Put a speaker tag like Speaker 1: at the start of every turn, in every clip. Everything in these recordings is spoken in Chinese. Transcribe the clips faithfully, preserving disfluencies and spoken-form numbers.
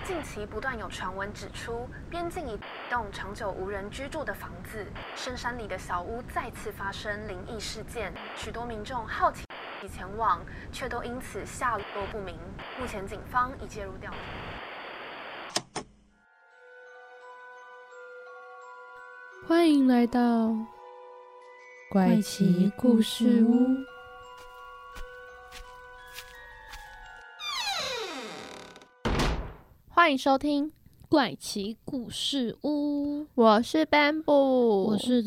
Speaker 1: 近期不断有传闻指出，边境一栋长久无人居住的房子，深山里的小屋再次发生灵异事件，许多民众好奇前往，却都因此下落不明。目前警方已介入调查。
Speaker 2: 欢迎来到怪奇故事屋。
Speaker 3: 欢迎收听
Speaker 2: 怪奇故事屋，
Speaker 3: 我是 Bamboo，
Speaker 2: 我是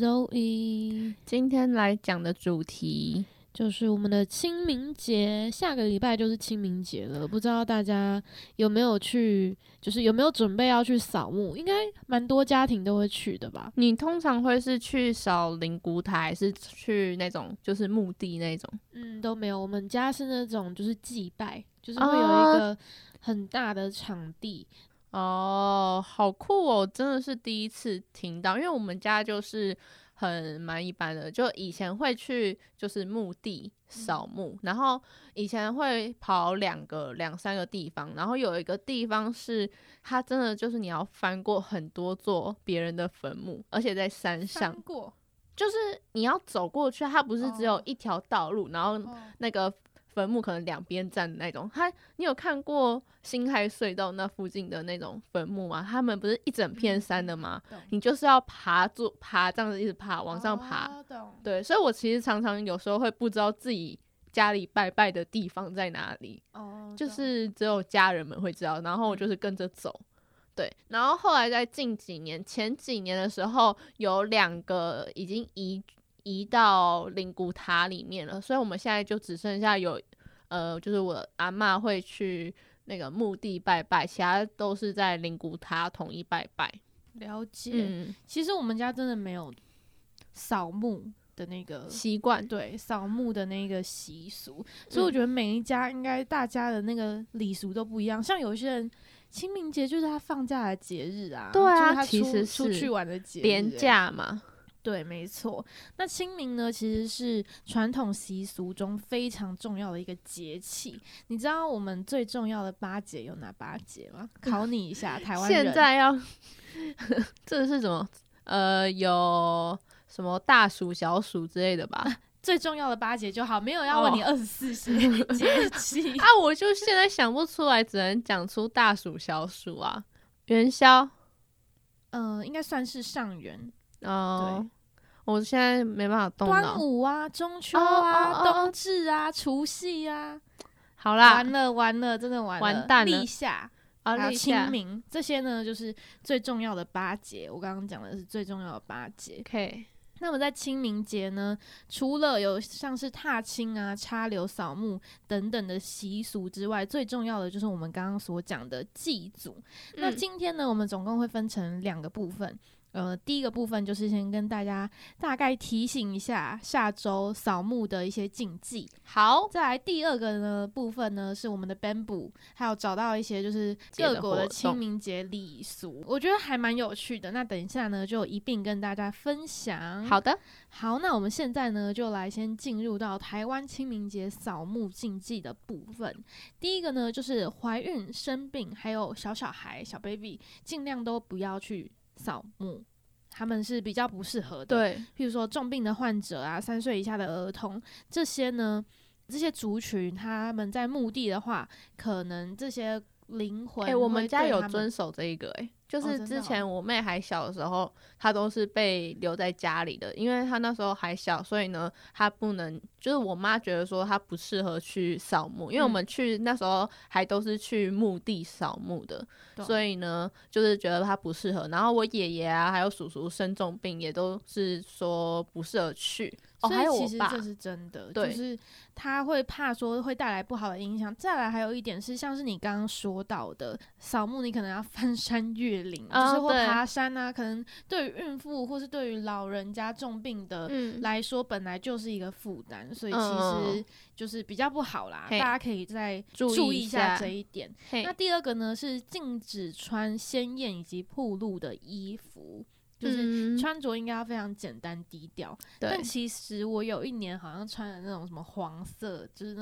Speaker 2: Zoe。
Speaker 3: 今天来讲的主题
Speaker 2: 就是我们的清明节，下个礼拜就是清明节了，不知道大家有没有去，就是有没有准备要去扫墓？应该蛮多家庭都会去的吧？
Speaker 3: 你通常会是去扫灵骨塔，还是去那种就是墓地那种？
Speaker 2: 嗯，都没有。我们家是那种就是祭拜，就是会有一个很大的场地。
Speaker 3: 哦，好酷哦！真的是第一次听到，因为我们家就是很蛮一般的，就以前会去就是墓地扫墓，嗯、然后以前会跑两个两三个地方，然后有一个地方是它真的就是你要翻过很多座别人的坟墓，而且在山上，
Speaker 2: 翻过
Speaker 3: 就是你要走过去，它不是只有一条道路，哦、然后那个坟墓可能两边站的那种。它你有看过辛亥隧道那附近的那种坟墓吗？他们不是一整片山的吗？嗯、你就是要爬住爬这样子一直爬往上爬。
Speaker 2: 哦、
Speaker 3: 对，所以我其实常常有时候会不知道自己家里拜拜的地方在哪里，
Speaker 2: 哦、
Speaker 3: 就是只有家人们会知道，然后我就是跟着走。嗯对，然后后来在近几年前几年的时候，有两个已经移移到灵骨塔里面了，所以我们现在就只剩下有呃，就是我阿嬷会去那个墓地拜拜，其他都是在灵骨塔统一拜拜。
Speaker 2: 了解。
Speaker 3: 嗯，
Speaker 2: 其实我们家真的没有扫墓的那个
Speaker 3: 习惯，
Speaker 2: 对，扫墓的那个习俗，所以我觉得每一家应该大家的那个礼俗都不一样。像有些人清明节就是他放假的节日啊，
Speaker 3: 对啊，
Speaker 2: 就是他
Speaker 3: 其实是
Speaker 2: 出去玩的节日，
Speaker 3: 连假嘛。
Speaker 2: 对，没错。那清明呢，其实是传统习俗中非常重要的一个节气。你知道我们最重要的八节有哪八节吗？考你一下，台湾人。
Speaker 3: 现在要这是什么？呃，有什么大暑、小暑之类的吧？啊、
Speaker 2: 最重要的八节就好，没有要问你二十四节节气
Speaker 3: 啊！我就现在想不出来，只能讲出大暑、小暑啊。元宵，
Speaker 2: 嗯、呃，应该算是上元。
Speaker 3: 哦，对，我现在没办法动脑。
Speaker 2: 端午啊，中秋啊， oh, oh, oh, oh. 冬至啊，除夕啊，
Speaker 3: 好啦，
Speaker 2: 完了完了，真的完了，
Speaker 3: 完蛋了。
Speaker 2: 立夏
Speaker 3: 啊，
Speaker 2: 还有清明，这些呢就是最重要的八节。我刚刚讲的是最重要的八节。
Speaker 3: OK。
Speaker 2: 那么在清明节呢，除了有像是踏青啊、插柳、扫墓等等的习俗之外，最重要的就是我们刚刚所讲的祭祖。嗯、那今天呢，我们总共会分成两个部分。呃，第一个部分就是先跟大家大概提醒一下下周扫墓的一些禁忌。
Speaker 3: 好，
Speaker 2: 再来第二个呢部分呢是我们的 Bamboo， 还有找到一些就是各国的清明节礼俗，我觉得还蛮有趣的。那等一下呢就一并跟大家分享。
Speaker 3: 好的，
Speaker 2: 好，那我们现在呢就来先进入到台湾清明节扫墓禁忌的部分。第一个呢就是怀孕、生病还有小小孩、小 baby， 尽量都不要去扫墓，他们是比较不适合的。
Speaker 3: 对，
Speaker 2: 譬如说重病的患者啊，三岁以下的儿童，这些呢，这些族群，他们在墓地的话，可能这些灵魂，哎、
Speaker 3: 欸，我们家有遵守这一个、欸，哎，就是之前
Speaker 2: 哦
Speaker 3: 我妹还小的时候，她都是被留在家里的，因为她那时候还小，所以呢，她不能，就是我妈觉得说她不适合去扫墓，因为我们去、嗯、那时候还都是去墓地扫墓的，所以呢，就是觉得她不适合。然后我爷爷啊，还有叔叔生重病，也都是说不适合去。哦，还有我爸，
Speaker 2: 其实这是真的，就是他会怕说会带来不好的影响。再来还有一点是，像是你刚刚说到的，扫墓你可能要翻山越岭，哦、就是或爬山啊，可能对于孕妇或是对于老人家重病的来说，嗯、本来就是一个负担，所以其实就是比较不好啦。大家可以再注意一下这一点。那第二个呢是禁止穿鲜艳以及暴露的衣服。就是穿着应该要非常简单低调，但其实我有一年好像穿了那种什么黄色，就是那种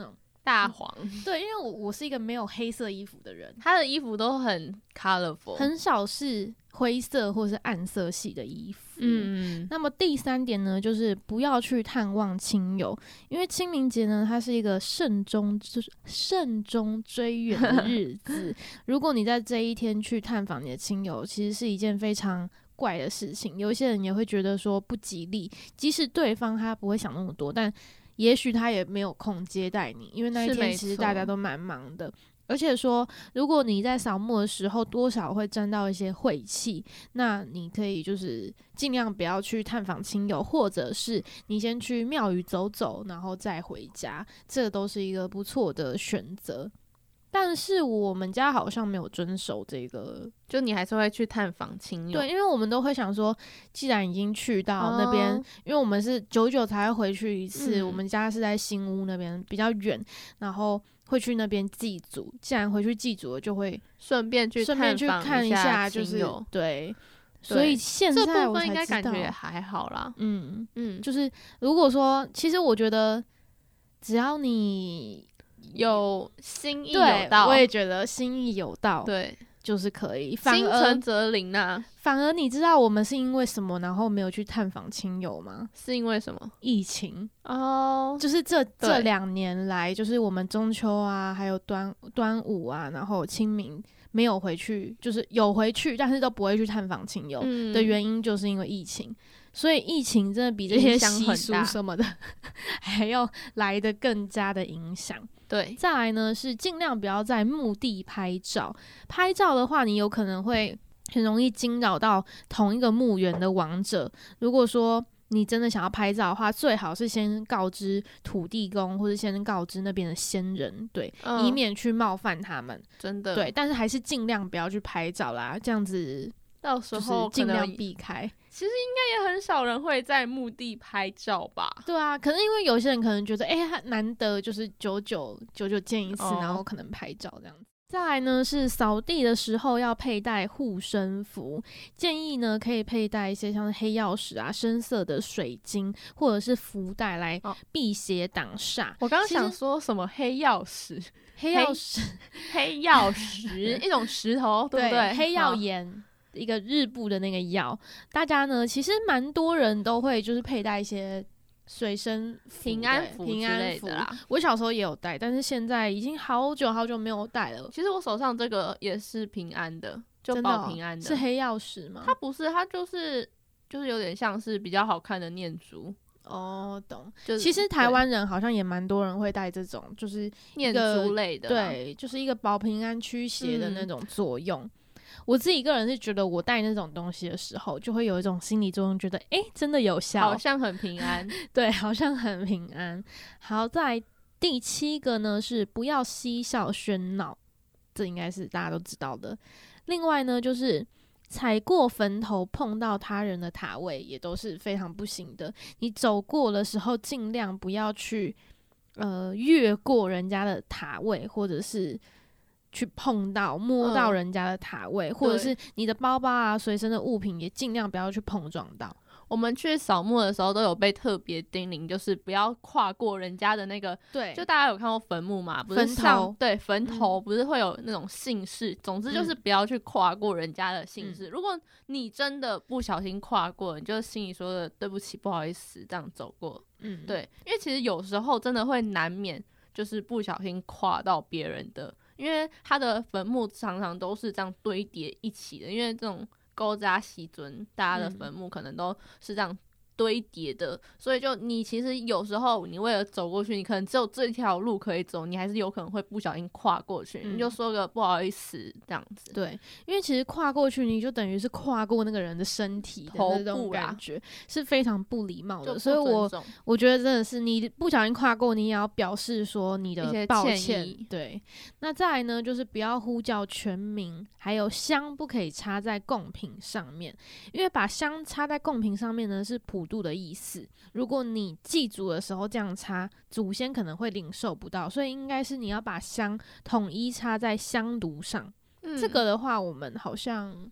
Speaker 3: 大黄。
Speaker 2: 对，因为我我是一个没有黑色衣服的人，
Speaker 3: 他的衣服都很 colorful，
Speaker 2: 很少是灰色或是暗色系的衣服。
Speaker 3: 嗯，
Speaker 2: 那么第三点呢，就是不要去探望亲友，因为清明节呢，它是一个慎终慎终追远的日子。如果你在这一天去探访你的亲友，其实是一件非常怪的事情。有一些人也会觉得说不吉利，即使对方他不会想那么多，但也许他也没有空接待你，因为那一天其实大家都蛮忙的。而且说，如果你在扫墓的时候多少会沾到一些晦气，那你可以就是尽量不要去探访亲友，或者是你先去庙宇走走，然后再回家，这都是一个不错的选择。但是我们家好像没有遵守这个，
Speaker 3: 就你还是会去探访亲友。
Speaker 2: 对，因为我们都会想说，既然已经去到那边，哦、因为我们是久久才会回去一次，嗯、我们家是在新屋那边比较远，然后会去那边祭祖。既然回去祭祖了，就会
Speaker 3: 顺便去
Speaker 2: 顺便去看一下，就是对。所以现在我才知道，
Speaker 3: 这部分应该感觉还好啦。
Speaker 2: 嗯嗯，就是如果说，其实我觉得，只要你
Speaker 3: 有心意有到，
Speaker 2: 我也觉得心意有到，
Speaker 3: 对，
Speaker 2: 就是可以。
Speaker 3: 心诚则灵啊。
Speaker 2: 反而你知道我们是因为什么，然后没有去探访亲友吗？
Speaker 3: 是因为什么？
Speaker 2: 疫情
Speaker 3: 哦，
Speaker 2: oh, 就是这这两年来，就是我们中秋啊，还有端端午啊，然后清明没有回去，就是有回去，但是都不会去探访亲友的原因，就是因为疫情。嗯，所以疫情真的比这些习俗什么的还要来得更加的影响。
Speaker 3: 对，
Speaker 2: 再来呢是尽量不要在墓地拍照。拍照的话，你有可能会很容易惊扰到同一个墓园的亡者。如果说你真的想要拍照的话，最好是先告知土地公，或者先告知那边的先人，对，嗯、以免去冒犯他们。
Speaker 3: 真的，
Speaker 2: 对，但是还是尽量不要去拍照啦，这样子
Speaker 3: 到时候
Speaker 2: 尽量避开。
Speaker 3: 其实应该也很少人会在墓地拍照吧？
Speaker 2: 对啊，可能因为有些人可能觉得，哎、欸，难得就是久久久久见一次，哦、然后可能拍照这样子。再来呢是扫地的时候要佩戴护身符，建议呢可以佩戴一些像是黑曜石啊、深色的水晶或者是福袋来辟邪挡煞。
Speaker 3: 我刚刚想说什么黑曜石？
Speaker 2: 黑曜石，
Speaker 3: 黑曜石一种石头，对不对？
Speaker 2: 黑曜岩。一个日部的那个药，大家呢其实蛮多人都会就是佩戴一些随身
Speaker 3: 平安符
Speaker 2: 平安符啦。我小时候也有戴，但是现在已经好久好久没有戴了。
Speaker 3: 其实我手上这个也是平安的，就保平安的。
Speaker 2: 的、哦、是黑曜石吗？
Speaker 3: 它不是，它就是就是有点像是比较好看的念珠。
Speaker 2: 哦，懂。
Speaker 3: 就是、
Speaker 2: 其实台湾人好像也蛮多人会戴这种，就是
Speaker 3: 念珠类的，
Speaker 2: 对，就是一个保平安驱邪的那种作用。嗯，我自己个人是觉得，我戴那种东西的时候，就会有一种心理作用，觉得哎、欸，真的有效，
Speaker 3: 好像很平安。
Speaker 2: 对，好像很平安。好，再来第七个呢是不要嬉笑喧闹，这应该是大家都知道的。另外呢，就是踩过坟头碰到他人的塔位，也都是非常不行的。你走过的时候，尽量不要去呃越过人家的塔位，或者是去碰到摸到人家的塔位，嗯、或者是你的包包啊随身的物品也尽量不要去碰撞到。
Speaker 3: 我们去扫墓的时候都有被特别叮咛，就是不要跨过人家的那个，
Speaker 2: 对，
Speaker 3: 就大家有看过坟墓嘛，不是
Speaker 2: 坟头，
Speaker 3: 对，坟头不是会有那种姓氏，嗯、总之就是不要去跨过人家的姓氏。嗯、如果你真的不小心跨过，你就心里说的对不起，不好意思，这样走过。嗯，对，因为其实有时候真的会难免就是不小心跨到别人的。因为他的坟墓常常都是这样堆叠一起的，因为这种古早时阵大家的坟墓可能都是这样堆叠的，嗯、所以就你其实有时候你为了走过去，你可能只有这条路可以走，你还是有可能会不小心跨过去，嗯、你就说个不好意思这样子。
Speaker 2: 对，因为其实跨过去你就等于是跨过那个人的身体的那种感觉，是非常不礼貌的。所以我我觉得真的是你不小心跨过，你也要表示说你的抱歉。对，那再来呢，就是不要呼叫全名，还有香不可以插在贡品上面，因为把香插在贡品上面呢是普度的意思。如果你祭祖的时候这样插，祖先可能会领受不到，所以应该是你要把香统一插在香炉上。嗯、这个的话，我们好像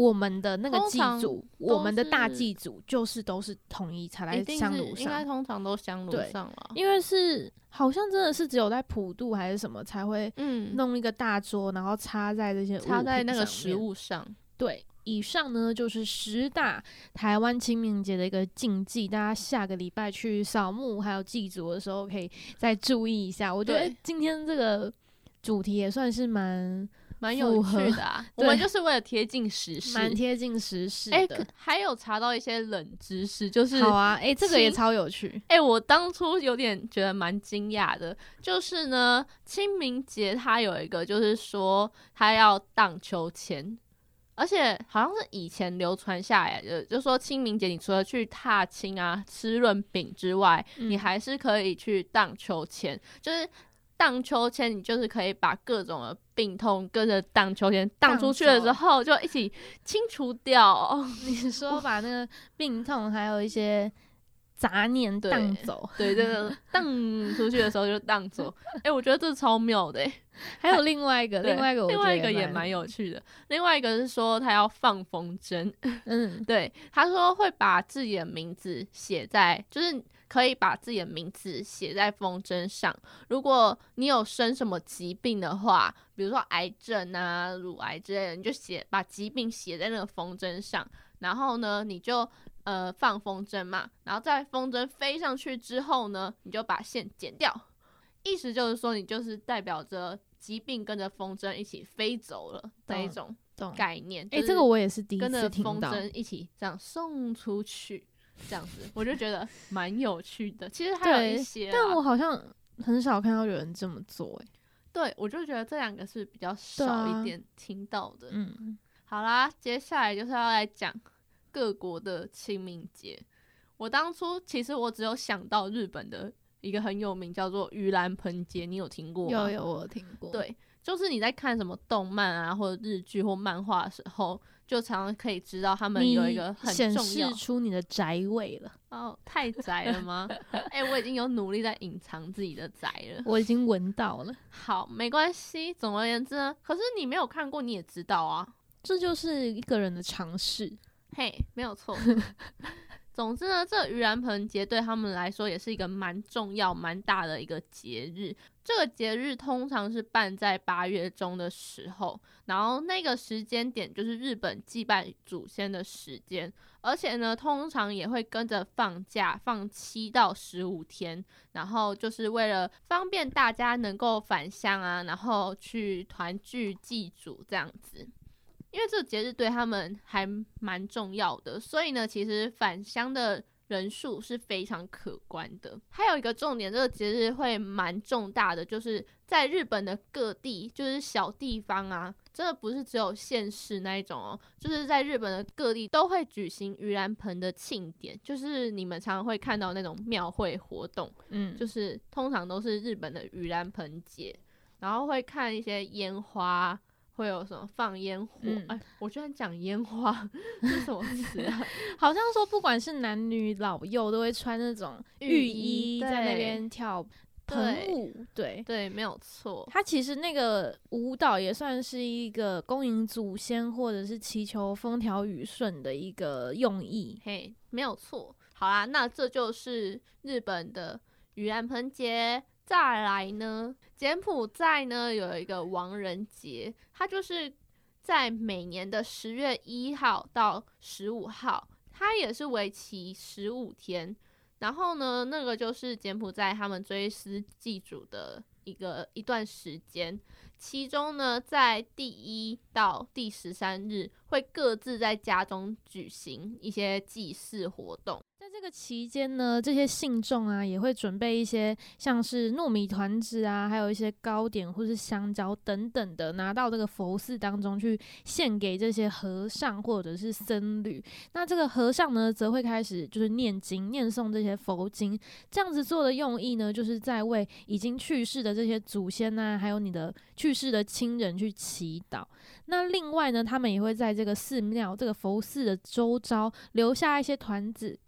Speaker 2: 我们的那个祭祖，我们的大祭祖就是都是统一插在香炉上，
Speaker 3: 应该通常都香炉上了，
Speaker 2: 因为是好像真的是只有在普渡还是什么才会弄一个大桌，然后插在这些
Speaker 3: 插在那个食物上。
Speaker 2: 对，以上呢就是十大台湾清明节的一个禁忌，大家下个礼拜去扫墓还有祭祖的时候可以再注意一下。我觉得今天这个主题也算是蛮。
Speaker 3: 蛮有趣的啊，我们就是为了贴近时事，
Speaker 2: 蛮贴近时事的。哎、
Speaker 3: 欸，还有查到一些冷知识，就是
Speaker 2: 好啊，哎、欸，这个也超有趣。
Speaker 3: 哎、欸，我当初有点觉得蛮惊讶的，就是呢，清明节它有一个，就是说它要荡秋千，而且好像是以前流传下来的，就是说清明节你除了去踏青啊、吃润饼之外，嗯、你还是可以去荡秋千，就是。荡秋千，你就是可以把各种的病痛跟着荡秋千荡出去的时候，就一起清除掉。
Speaker 2: 你说把那个病痛还有一些杂念荡走，
Speaker 3: 对，这个荡出去的时候就荡走。哎、欸，我觉得这超妙的、欸。
Speaker 2: 还有另外一个，另外一个，
Speaker 3: 另外一个也蛮有趣的。另外一个是说他要放风筝，嗯，对，他说会把自己的名字写在，就是可以把自己的名字写在风筝上。如果你有生什么疾病的话，比如说癌症啊、乳癌之类的，你就写把疾病写在那个风筝上，然后呢，你就呃放风筝嘛，然后在风筝飞上去之后呢，你就把线剪掉。意思就是说，你就是代表着疾病跟着风筝一起飞走了那一种概念。
Speaker 2: 哎、欸，这个我也是第一次听到，
Speaker 3: 跟着风筝一起这样送出去，这样子，我就觉得蛮有趣的。其实还有一些，
Speaker 2: 但我好像很少看到有人这么做、欸。哎，
Speaker 3: 对，我就觉得这两个是比较少一点听到的。啊、嗯，好啦，接下来就是要来讲各国的清明节。我当初其实我只有想到日本的。一个很有名叫做盂兰盆节，你有听过吗？
Speaker 2: 有有，我有听过。
Speaker 3: 对，就是你在看什么动漫啊，或者日剧或漫画的时候，就常常可以知道他们有一个很重要，
Speaker 2: 显示出你的宅味了。
Speaker 3: 哦，太宅了吗？哎、欸，我已经有努力在隐藏自己的宅了，
Speaker 2: 我已经闻到了。
Speaker 3: 好，没关系。总而言之呢，可是你没有看过，你也知道啊，
Speaker 2: 这就是一个人的尝试。
Speaker 3: 嘿，没有错。总之呢，这个盂兰盆节对他们来说也是一个蛮重要、蛮大的一个节日。这个节日通常是办在八月中的时候，然后那个时间点就是日本祭拜祖先的时间，而且呢，通常也会跟着放假，放七到十五天，然后就是为了方便大家能够返乡啊，然后去团聚祭祖这样子。因为这个节日对他们还蛮重要的，所以呢，其实返乡的人数是非常可观的。还有一个重点，这个节日会蛮重大的，就是在日本的各地，就是小地方啊，真的不是只有县市那一种哦，就是在日本的各地都会举行盂兰盆的庆典，就是你们常常会看到那种庙会活动，嗯，就是通常都是日本的盂兰盆节，然后会看一些烟花。会有什么放烟火？哎、嗯欸，我居然讲烟花是什么词啊？
Speaker 2: 好像说不管是男女老幼都会穿那种浴衣在那边跳盆舞，对
Speaker 3: 对, 对，没有错。
Speaker 2: 它其实那个舞蹈也算是一个恭迎祖先或者是祈求风调雨顺的一个用意。
Speaker 3: 嘿，没有错。好啦，那这就是日本的盂兰盆节。再来呢，柬埔寨呢有一个亡人节，它就是在每年的十月一号到十五号，它也是为期十五天。然后呢，那个就是柬埔寨他们追思祭祖的一个一段时间。其中呢，在第一到第十三日会各自在家中举行一些祭祀活动。
Speaker 2: 在这个期间呢，这些信众啊也会准备一些像是糯米团子啊，还有一些糕点或是香蕉等等的，拿到这个佛寺当中去献给这些和尚或者是僧侣。那这个和尚呢，则会开始就是念经、念诵这些佛经。这样子做的用意呢，就是在为已经去世的这些祖先啊，还有你的去世的亲人去祈祷。那另外呢，他们也会在这个寺庙、这个佛寺的周遭留下一些团子给路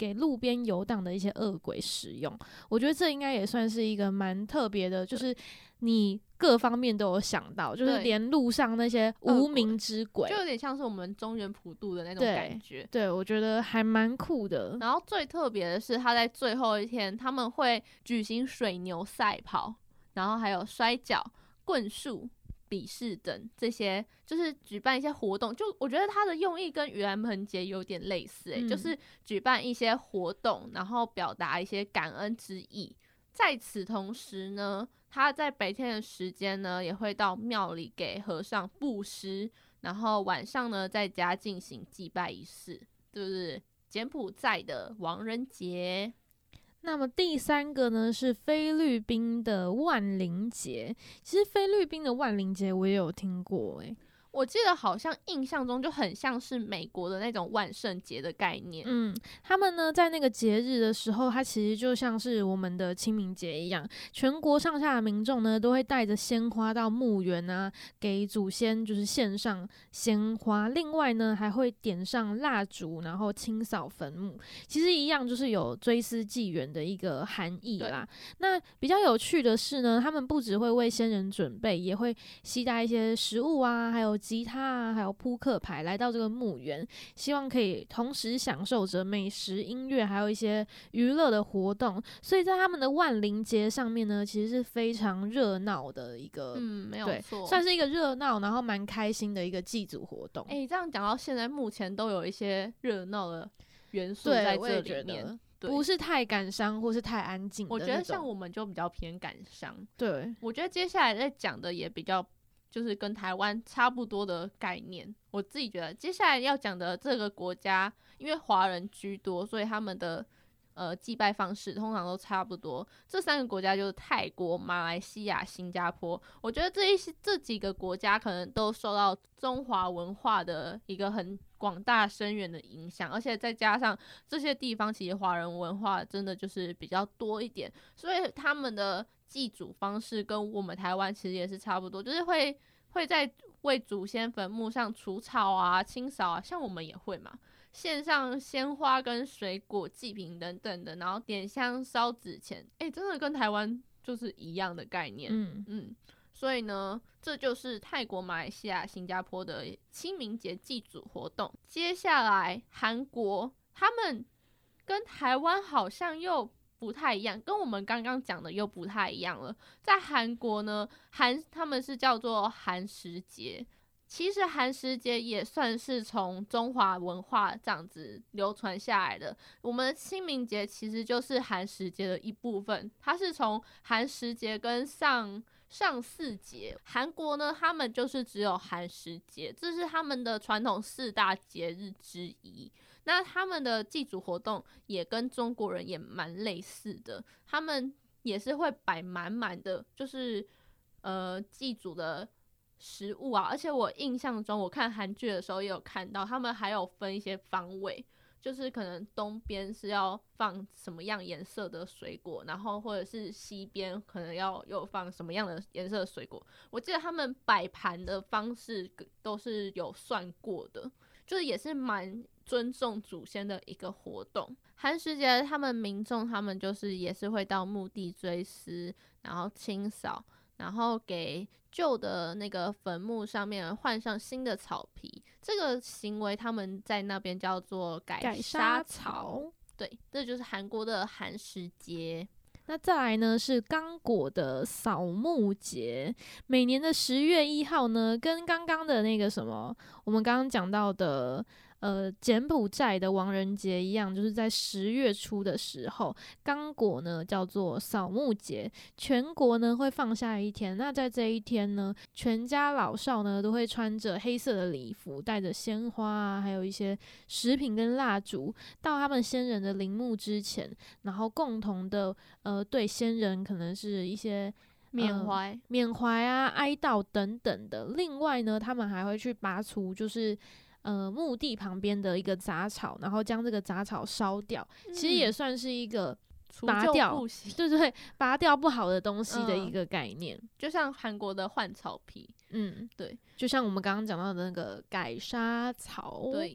Speaker 2: 边游荡的一些恶鬼使用。我觉得这应该也算是一个蛮特别的，就是你各方面都有想到，就是连路上那些无名之鬼，
Speaker 3: 就有点像是我们中原普渡的那种感觉。
Speaker 2: 对，对我觉得还蛮酷的。
Speaker 3: 然后最特别的是，他在最后一天，他们会举行水牛赛跑，然后还有摔跤、棍术、比试等这些，就是举办一些活动。就我觉得它的用意跟盂兰盆节有点类似、欸嗯、就是举办一些活动，然后表达一些感恩之意。在此同时呢，他在白天的时间呢，也会到庙里给和尚布施，然后晚上呢，在家进行祭拜仪式，就是柬埔寨的亡人节。
Speaker 2: 那么第三个呢是菲律宾的万灵节。其实菲律宾的万灵节我也有听过诶、欸
Speaker 3: 我记得好像印象中就很像是美国的那种万圣节的概念。
Speaker 2: 嗯，他们呢在那个节日的时候，它其实就像是我们的清明节一样，全国上下的民众呢都会带着鲜花到墓园啊，给祖先就是献上鲜花。另外呢还会点上蜡烛，然后清扫坟墓。其实一样就是有追思祭源的一个含义啦。那比较有趣的是呢，他们不只会为先人准备，也会携带一些食物啊，还有吉他啊，还有扑克牌来到这个墓园，希望可以同时享受着美食、音乐，还有一些娱乐的活动。所以在他们的万灵节上面呢，其实是非常热闹的一个，
Speaker 3: 嗯，没有错，
Speaker 2: 算是一个热闹，然后蛮开心的一个祭祖活动。
Speaker 3: 哎、欸，这样讲到现在，目前都有一些热闹的元素在这里面。
Speaker 2: 不是太感伤或是太安静的那种。
Speaker 3: 我觉得像我们就比较偏感伤。
Speaker 2: 对，
Speaker 3: 我觉得接下来在讲的也比较就是跟台湾差不多的概念。我自己觉得接下来要讲的这个国家，因为华人居多，所以他们的呃祭拜方式通常都差不多。这三个国家就是泰国、马来西亚、新加坡。我觉得这一些这几个国家可能都受到中华文化的一个很广大深远的影响，而且再加上这些地方其实华人文化真的就是比较多一点，所以他们的祭祖方式跟我们台湾其实也是差不多，就是会会在为祖先坟墓上除草啊、清扫啊，像我们也会嘛，献上鲜花跟水果、祭品等等的，然后点香烧纸钱，哎、欸，真的跟台湾就是一样的概念。嗯嗯，所以呢，这就是泰国、马来西亚、新加坡的清明节祭祖活动。接下来韩国，他们跟台湾好像又不太一样，跟我们刚刚讲的又不太一样了。在韩国呢，韩他们是叫做寒食节。其实寒食节也算是从中华文化这样子流传下来的。我们的清明节其实就是寒食节的一部分，它是从寒食节跟上上巳节。韩国呢，他们就是只有寒食节，这是他们的传统四大节日之一。那他们的祭祖活动也跟中国人也蛮类似的，他们也是会摆满满的，就是呃祭祖的食物啊。而且我印象中，我看韩剧的时候也有看到，他们还有分一些方位，就是可能东边是要放什么样颜色的水果，然后或者是西边可能要有放什么样的颜色的水果。我记得他们摆盘的方式都是有算过的，就是也是蛮尊重祖先的一个活动。寒食节他们民众他们就是也是会到墓地追思，然后清扫，然后给旧的那个坟墓上面换上新的草皮。这个行为他们在那边叫做改沙草。对，这就是韩国的寒食节。
Speaker 2: 那再来呢是刚果的扫墓节，每年的十月一号呢，跟刚刚的那个什么，我们刚刚讲到的呃柬埔寨的亡人节一样，就是在十月初的时候，刚果呢叫做扫墓节，全国呢会放下一天。那在这一天呢，全家老少呢都会穿着黑色的礼服，带着鲜花啊，还有一些食品跟蜡烛，到他们先人的陵墓之前，然后共同的呃对先人可能是一些
Speaker 3: 缅怀、
Speaker 2: 呃、缅怀啊、哀悼等等的。另外呢，他们还会去拔除就是呃墓地旁边的一个杂草，然后将这个杂草烧掉、嗯、其实也算是一个拔掉，对对，拔掉不好的东西的一个概念、嗯、
Speaker 3: 就像韩国的换草皮。
Speaker 2: 嗯，对，就像我们刚刚讲到的那个改沙草。
Speaker 3: 对，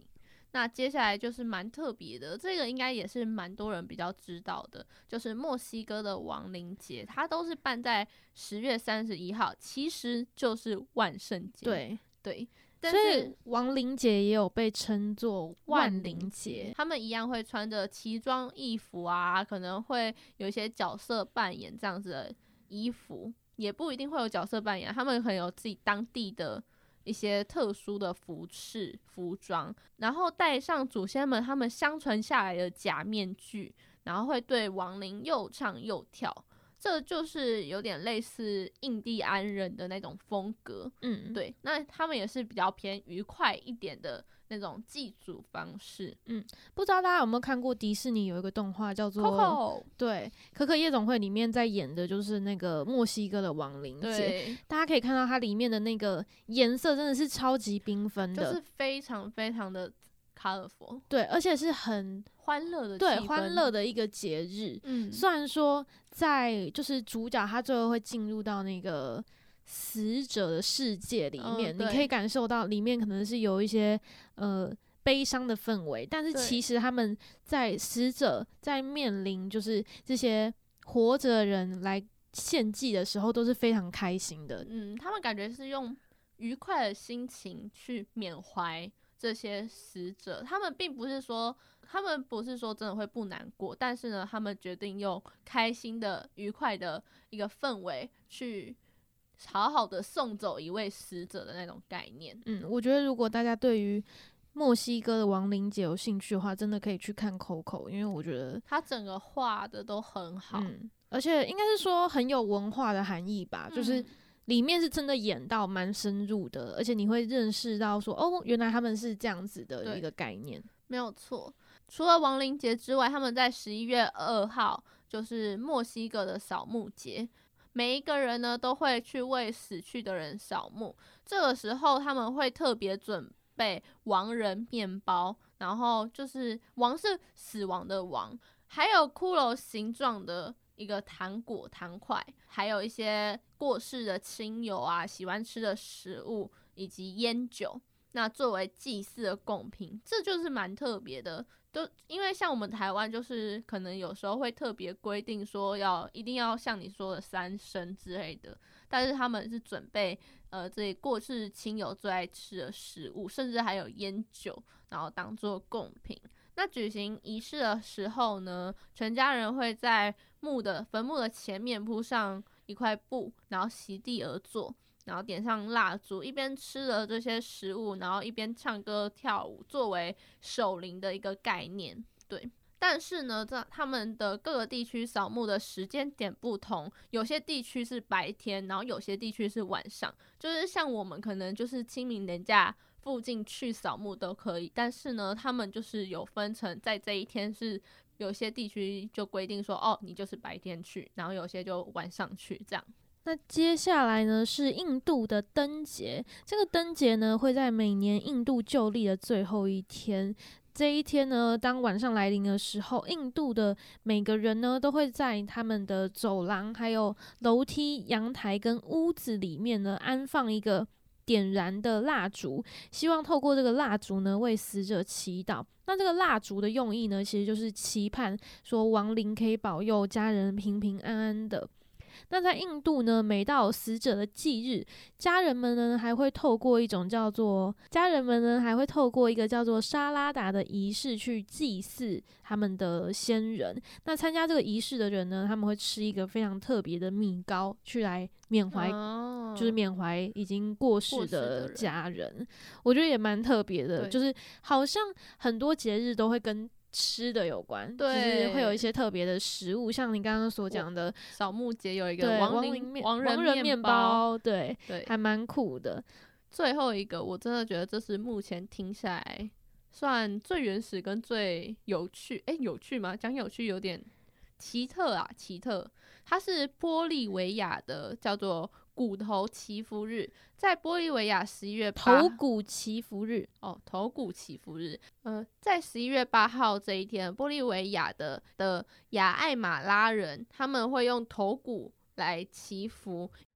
Speaker 3: 那接下来就是蛮特别的，这个应该也是蛮多人比较知道的，就是墨西哥的亡灵节，它都是办在十月三十一号，其实就是万圣节。
Speaker 2: 对
Speaker 3: 对，
Speaker 2: 但是亡灵节也有被称作万灵节，
Speaker 3: 他们一样会穿着奇装异服啊，可能会有一些角色扮演这样子的衣服，也不一定会有角色扮演，他们很有自己当地的一些特殊的服饰服装，然后戴上祖先们他们相传下来的假面具，然后会对亡灵又唱又跳，这就是有点类似印第安人的那种风格。嗯，对，那他们也是比较偏愉快一点的那种祭祖方式。
Speaker 2: 嗯，不知道大家有没有看过迪士尼有一个动画叫做
Speaker 3: Coco，
Speaker 2: 对，可可夜总会里面在演的就是那个墨西哥的亡灵节，大家可以看到它里面的那个颜色真的是超级缤纷的，
Speaker 3: 就是非常非常的 colorful，
Speaker 2: 对，而且是很
Speaker 3: 欢乐的气氛，
Speaker 2: 对，欢乐的一个节日。嗯，虽然说在就是主角他最后会进入到那个死者的世界里面，嗯，你可以感受到里面可能是有一些呃悲伤的氛围，但是其实他们在死者在面临就是这些活着的人来献祭的时候都是非常开心的。
Speaker 3: 嗯，他们感觉是用愉快的心情去缅怀这些死者，他们并不是说他们不是说真的会不难过，但是呢他们决定用开心的愉快的一个氛围去好好的送走一位死者的那种概念。
Speaker 2: 嗯，我觉得如果大家对于墨西哥的亡灵节有兴趣的话，真的可以去看 Coco， 因为我觉得
Speaker 3: 他整个画的都很好。嗯，
Speaker 2: 而且应该是说很有文化的含义吧，嗯，就是里面是真的演到蛮深入的，而且你会认识到说哦，原来他们是这样子的一个概念。
Speaker 3: 没有错。除了亡灵节之外，他们在十一月二号就是墨西哥的扫墓节，每一个人呢都会去为死去的人扫墓，这个时候他们会特别准备亡人面包，然后就是亡是死亡的亡，还有骷髅形状的一个糖果糖块，还有一些过世的亲友啊喜欢吃的食物以及烟酒，那作为祭祀的贡品，这就是蛮特别的。都因为像我们台湾就是可能有时候会特别规定说要一定要像你说的三牲之类的，但是他们是准备呃这过世亲友最爱吃的食物，甚至还有烟酒，然后当做贡品。那举行仪式的时候呢，全家人会在墓的坟墓的前面铺上一块布，然后席地而坐，然后点上蜡烛，一边吃了这些食物，然后一边唱歌跳舞，作为守灵的一个概念。对，但是呢，这他们的各个地区扫墓的时间点不同，有些地区是白天，然后有些地区是晚上。就是像我们可能就是清明连假附近去扫墓都可以，但是呢，他们就是有分成，在这一天是有些地区就规定说，哦，你就是白天去，然后有些就晚上去这样。
Speaker 2: 那接下来呢是印度的灯节，这个灯节呢会在每年印度旧历的最后一天。这一天呢，当晚上来临的时候，印度的每个人呢都会在他们的走廊、还有楼梯、阳台跟屋子里面呢安放一个点燃的蜡烛，希望透过这个蜡烛呢为死者祈祷。那这个蜡烛的用意呢，其实就是期盼说亡灵可以保佑家人平平安安的。那在印度呢，每到死者的忌日，家人们呢还会透过一种叫做家人们呢还会透过一个叫做沙拉达的仪式去祭祀他们的先人。那参加这个仪式的人呢，他们会吃一个非常特别的米糕，去来缅怀，哦，就是缅怀已经过世的家人。人我觉得也蛮特别的，就是好像很多节日都会跟吃的有关，对，就是会有一些特别的食物，像你刚刚所讲的
Speaker 3: 扫墓节有一个亡灵亡人面
Speaker 2: 包，对对，还蛮酷的。
Speaker 3: 最后一个，我真的觉得这是目前听下来算最原始跟最有趣，诶，有趣吗？讲有趣有点奇特啊，奇特。它是玻利维亚的，叫做骨头祈福日，在玻利维亚十一月八
Speaker 2: 头骨祈福日
Speaker 3: 哦，头骨祈福日，呃，在十一月八号这一天，玻利维亚的的亚艾马拉人他们会用头骨来祈福，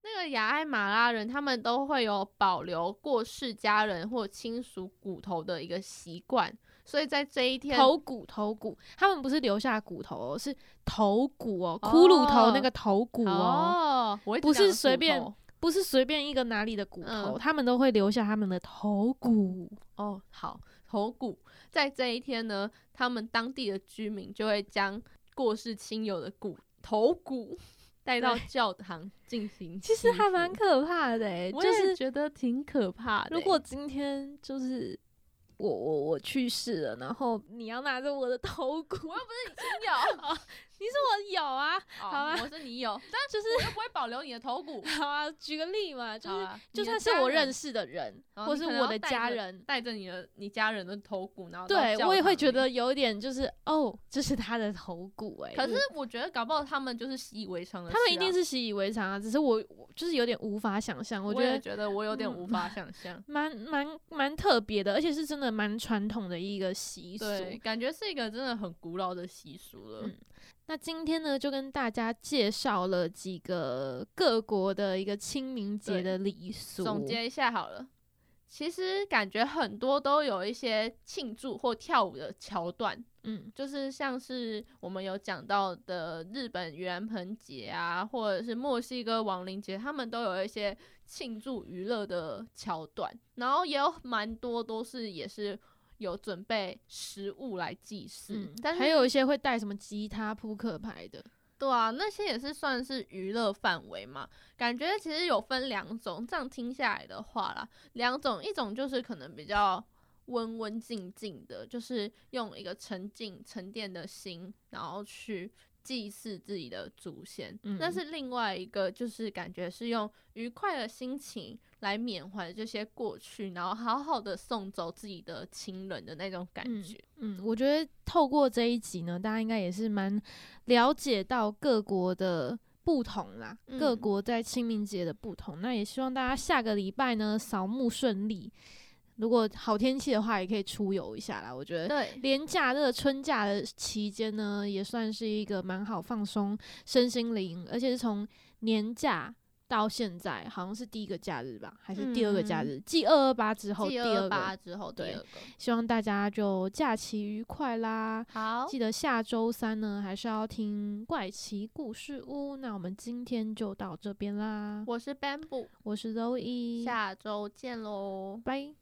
Speaker 3: 那个雅艾马拉人他们都会有保留过世家人或亲属骨头的一个习惯，所以在这一天
Speaker 2: 头骨头骨，他们不是留下骨头哦，是头骨哦，骷髅头那个头骨哦，
Speaker 3: 哦
Speaker 2: 不是随便不是随便一个哪里的骨头，嗯、他们都会留下他们的头骨
Speaker 3: 哦。好，头骨在这一天呢，他们当地的居民就会将过世亲友的骨头骨带到教堂进行，
Speaker 2: 其实还蛮可怕的诶、欸，
Speaker 3: 我也觉得挺可怕的、欸。
Speaker 2: 如果今天就是我我我去世了，然后你要拿着我的头骨，
Speaker 3: 我又不是你亲友。
Speaker 2: 你说我有啊，
Speaker 3: 哦、
Speaker 2: 好啊，
Speaker 3: 我是你有，但
Speaker 2: 就是
Speaker 3: 我又不会保留你的头骨。
Speaker 2: 好啊，举个例嘛，就是、
Speaker 3: 啊、
Speaker 2: 就算是我认识的人，或是我的家人，
Speaker 3: 带着你的你家人的头骨，然后
Speaker 2: 对我也会觉得有点就是哦，这是他的头骨哎、
Speaker 3: 欸。可是我觉得搞不好他们就是习以为常的事、啊，
Speaker 2: 他们一定是习以为常啊，只是我我就是有点无法想象。我觉得
Speaker 3: 我也觉得我有点无法想象，
Speaker 2: 蛮蛮蛮特别的，而且是真的蛮传统的一个习俗，
Speaker 3: 对，感觉是一个真的很古老的习俗了。
Speaker 2: 嗯，那今天呢，就跟大家介绍了几个各国的一个清明节的礼俗，
Speaker 3: 总结一下好了。其实感觉很多都有一些庆祝或跳舞的桥段，嗯，就是像是我们有讲到的日本盂兰盆节啊，或者是墨西哥亡灵节，他们都有一些庆祝娱乐的桥段，然后也有蛮多都是也是有准备食物来祭祀、嗯，但是
Speaker 2: 还有一些会带什么吉他、扑克牌的。
Speaker 3: 对啊，那些也是算是娱乐范围嘛。感觉其实有分两种，这样听下来的话啦，两种，一种就是可能比较温温静静的，就是用一个沉静沉淀的心，然后去祭祀自己的祖先、嗯、但是另外一个就是感觉是用愉快的心情来缅怀这些过去，然后好好的送走自己的亲人的那种感觉。
Speaker 2: 嗯, 嗯我觉得透过这一集呢，大家应该也是蛮了解到各国的不同啦、嗯、各国在清明节的不同，那也希望大家下个礼拜呢扫墓顺利，如果好天气的话也可以出游一下啦。我觉得
Speaker 3: 对
Speaker 2: 连假这个春假的期间呢，也算是一个蛮好放松身心灵，而且是从年假到现在好像是第一个假日吧，还是第二个假日？继二二八之后第二个，
Speaker 3: 继二二八之后第二个。
Speaker 2: 希望大家就假期愉快啦！
Speaker 3: 好，
Speaker 2: 记得下周三呢还是要听怪奇故事屋。那我们今天就到这边啦。
Speaker 3: 我是 Bamboo，
Speaker 2: 我是 Zoe，
Speaker 3: 下周见喽，
Speaker 2: 拜。